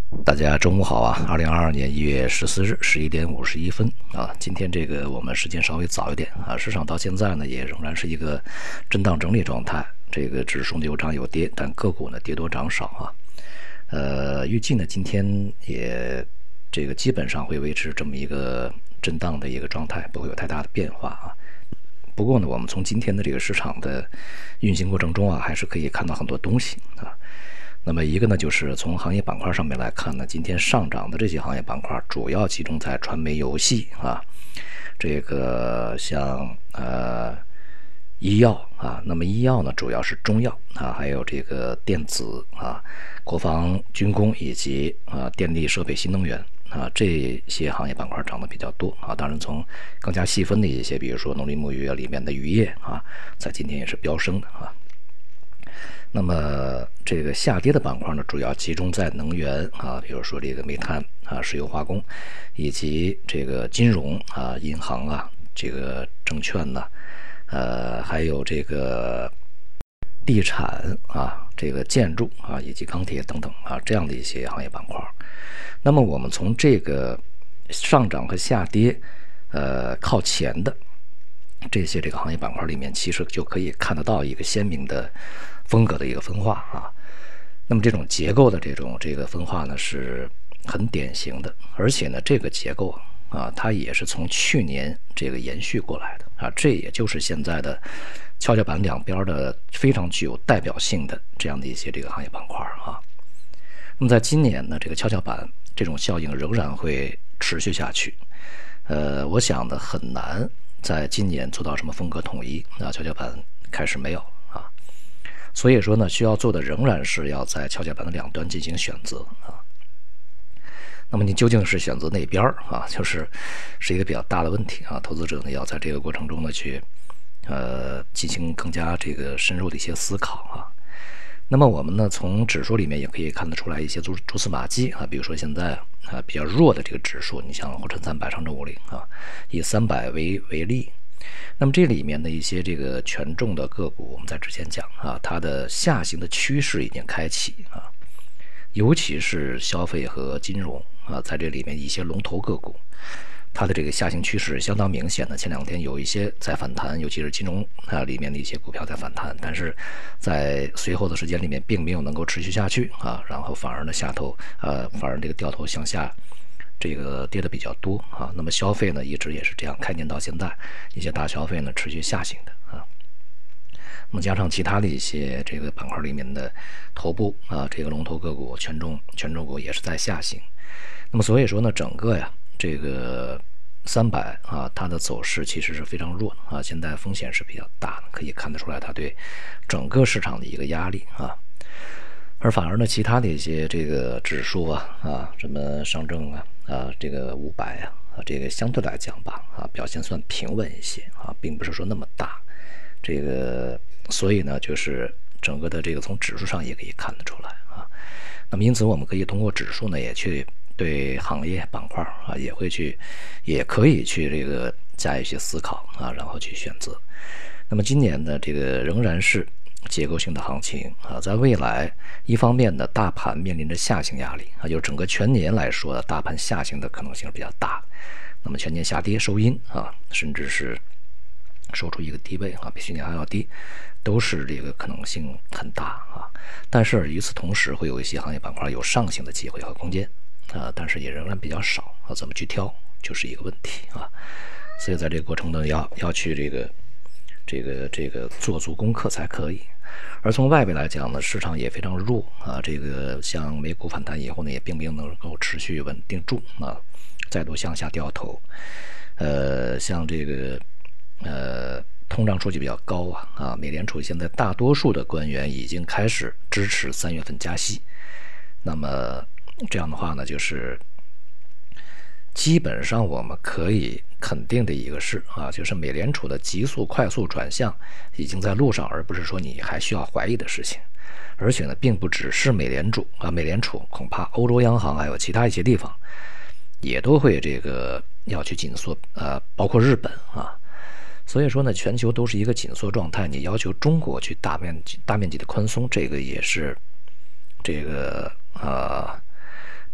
大家中午好啊！2022年1月14日11点51分啊，今天这个我们时间稍微早一点啊，市场到现在呢也仍然是一个震荡整理状态，这个指数呢有涨有跌，但个股呢跌多涨少啊。预计呢今天也这个基本上会维持这么一个震荡的一个状态，不会有太大的变化啊。不过呢，我们从今天的这个市场的运行过程中啊，还是可以看到很多东西啊。那么一个呢，就是从行业板块上面来看呢，今天上涨的这些行业板块主要集中在传媒、游戏啊，这个像医药啊，那么医药呢主要是中药啊，还有这个电子啊、国防军工以及电力设备、新能源啊这些行业板块涨得比较多啊。当然从更加细分的一些，比如说农林牧渔里面的渔业啊，在今天也是飙升的啊。那么这个下跌的板块呢，主要集中在能源啊，比如说这个煤炭啊、石油化工，以及这个金融啊、银行啊、这个证券呐、还有这个地产啊、这个建筑啊，以及钢铁等等啊这样的一些行业板块。那么我们从这个上涨和下跌靠前的这些这个行业板块里面，其实就可以看得到一个鲜明的风格的一个分化啊。那么这种结构的这个分化呢是很典型的，而且呢这个结构啊它也是从去年这个延续过来的啊，这也就是现在的跷跷板两边的非常具有代表性的这样的一些这个行业板块啊。那么在今年呢，这个跷跷板这种效应仍然会持续下去，我想呢很难在今年做到什么风格统一啊，跷跷板开始没有啊，所以说呢，需要做的仍然是要在跷跷板的两端进行选择啊。那么你究竟是选择哪边啊？是一个比较大的问题啊。投资者呢要在这个过程中呢去进行更加这个深入的一些思考啊。那么我们呢从指数里面也可以看得出来一些蛛丝马迹啊，比如说现在比较弱的这个指数，你像沪深300、上证50啊，以300为例。那么这里面的一些这个权重的个股，我们在之前讲啊，它的下行的趋势已经开启啊，尤其是消费和金融啊，在这里面一些龙头个股，它的这个下行趋势相当明显的。前两天有一些在反弹，尤其是金融里面的一些股票在反弹，但是在随后的时间里面并没有能够持续下去啊，然后反而呢反而这个掉头向下。这个跌的比较多啊，那么消费呢一直也是这样，开年到现在一些大消费呢持续下行的啊，那么加上其他的一些这个板块里面的头部啊，这个龙头个股、权重股也是在下行，那么所以说呢，整个这个300啊，它的走势其实是非常弱的啊，现在风险是比较大的，可以看得出来它对整个市场的一个压力啊。而反而呢，其他的一些这个指数啊，什么上证这个500这个相对来讲吧表现算平稳一些啊，并不是说那么大。这个所以呢，就是整个的这个从指数上也可以看得出来啊。那么因此，我们可以通过指数呢，也去对行业板块啊，也可以去这个加一些思考啊，然后去选择。那么今年呢，这个仍然是结构性的行情啊，在未来一方面呢，大盘面临着下行压力啊，就整个全年来说，大盘下行的可能性是比较大。那么全年下跌收阴啊，甚至是收出一个低位啊，比去年还要低，都是这个可能性很大啊。但是与此同时，会有一些行业板块有上行的机会和空间啊，但是也仍然比较少啊，怎么去挑就是一个问题啊。所以在这个过程中要去这个做足功课才可以。而从外围来讲呢，市场也非常弱啊，这个像美股反弹以后呢，也并没有能够持续稳定住啊，再度向下掉头。像这个通胀数据比较高啊，美联储现在大多数的官员已经开始支持3月份加息，那么这样的话呢，就是基本上我们可以肯定的一个是啊，就是美联储的急速快速转向已经在路上，而不是说你还需要怀疑的事情。而且呢，并不只是美联储，恐怕欧洲央行还有其他一些地方也都会这个要去紧缩包括日本啊。所以说呢，全球都是一个紧缩状态，你要求中国去大面积的宽松，这个也是这个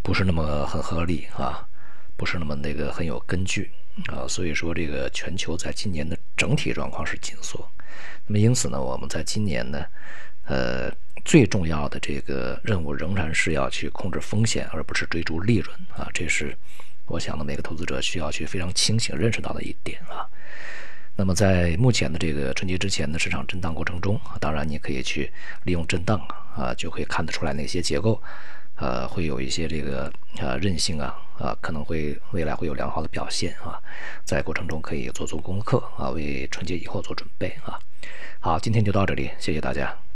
不是那么很合理啊，不是那么很有根据啊，所以说这个全球在今年的整体状况是紧缩。那么因此呢，我们在今年呢，最重要的这个任务仍然是要去控制风险，而不是追逐利润啊，这是我想呢每个投资者需要去非常清醒认识到的一点啊。那么在目前的这个春节之前的市场震荡过程中，当然你可以去利用震荡啊，就会看得出来哪些结构，会有一些这个韧性啊，可能会未来会有良好的表现啊，在过程中可以做功课啊，为春节以后做准备啊。好，今天就到这里，谢谢大家。